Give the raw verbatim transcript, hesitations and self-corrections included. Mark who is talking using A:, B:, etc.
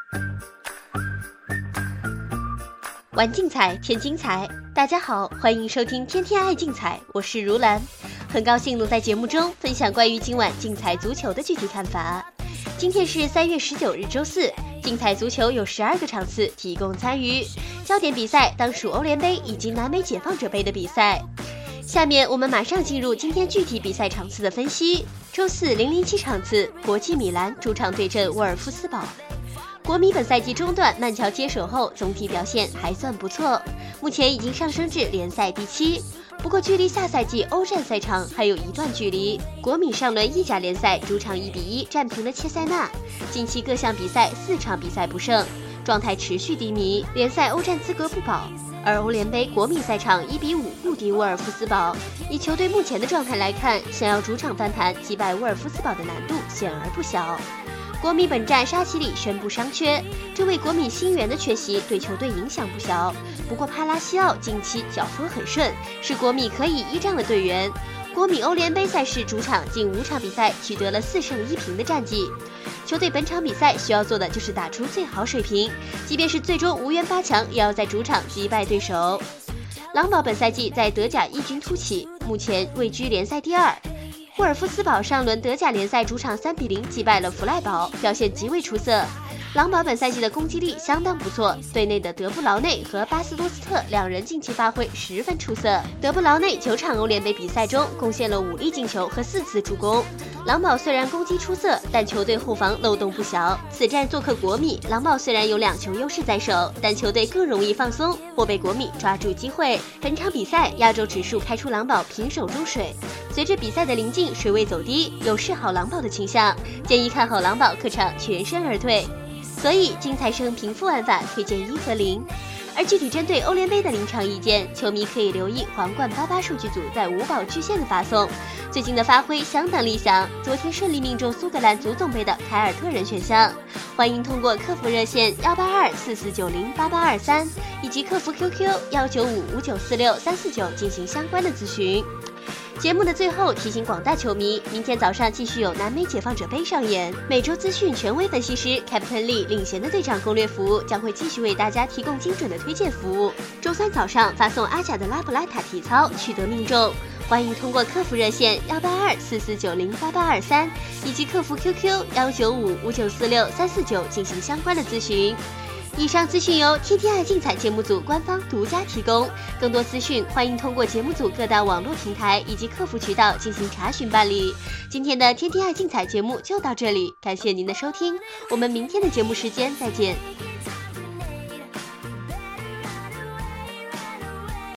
A: 玩竞彩添精彩，大家好，欢迎收听天天爱竞彩，我是如兰，很高兴能在节目中分享关于今晚竞彩足球的具体看法。今天是三月十九日周四，竞彩足球有十二个场次提供参与，焦点比赛当属欧联杯以及南美解放者杯的比赛。下面我们马上进入今天具体比赛场次的分析。周四零零七场次，国际米兰主场对阵沃尔夫斯堡。国米本赛季中段曼乔接手后，总体表现还算不错，目前已经上升至联赛第七。不过距离下赛季欧战赛场还有一段距离。国米上轮意甲联赛主场一比一战平了切塞纳，近期各项比赛四场比赛不胜，状态持续低迷，联赛欧战资格不保。而欧联杯国米赛场一比五不敌沃尔夫斯堡，以球队目前的状态来看，想要主场翻盘击败沃尔夫斯堡的难度显而不小。国米本站沙奇里宣布伤缺，这位国米新援的缺席对球队影响不小。不过帕拉西奥近期脚风很顺，是国米可以依仗的队员。国米欧联杯赛事主场近五场比赛取得了四胜一平的战绩，球队本场比赛需要做的就是打出最好水平，即便是最终无缘八强，也要在主场击败对手。狼堡本赛季在德甲异军突起，目前位居联赛第二。沃尔夫斯堡上轮德甲联赛主场三比零击败了弗赖堡，表现极为出色。狼堡本赛季的攻击力相当不错，队内的德布劳内和巴斯多斯特两人近期发挥十分出色。德布劳内九场欧联杯比赛中贡献了五粒进球和四次助攻。狼堡虽然攻击出色，但球队后防漏洞不小。此战做客国米，狼堡虽然有两球优势在手，但球队更容易放松或被国米抓住机会。本场比赛亚洲指数开出狼堡平手中水，随着比赛的临近，水位走低，有示好狼堡的倾向，建议看好狼堡客场全身而退。所以竞彩生平负玩法推荐一和零。而具体针对欧联杯的临场意见，球迷可以留意皇冠八八数据组在五宝巨献的发送，最近的发挥相当理想，昨天顺利命中苏格兰足总杯的凯尔特人选项。欢迎通过客服热线幺八二四四九零八八二三以及客服 Q Q 幺九五五九四六三四九进行相关的咨询。节目的最后提醒广大球迷，明天早上继续有南美解放者杯上演，每周资讯权威分析师 Captain Lee 领衔的队长攻略服务将会继续为大家提供精准的推荐服务。周三早上发送阿甲的拉布拉塔体操取得命中，欢迎通过客服热线幺八二四四九零八八二三以及客服 Q Q 幺九五五九四六三四九进行相关的咨询。以上资讯由天天爱竞彩节目组官方独家提供，更多资讯欢迎通过节目组各大网络平台以及客服渠道进行查询办理。今天的天天爱竞彩节目就到这里，感谢您的收听，我们明天的节目时间再见。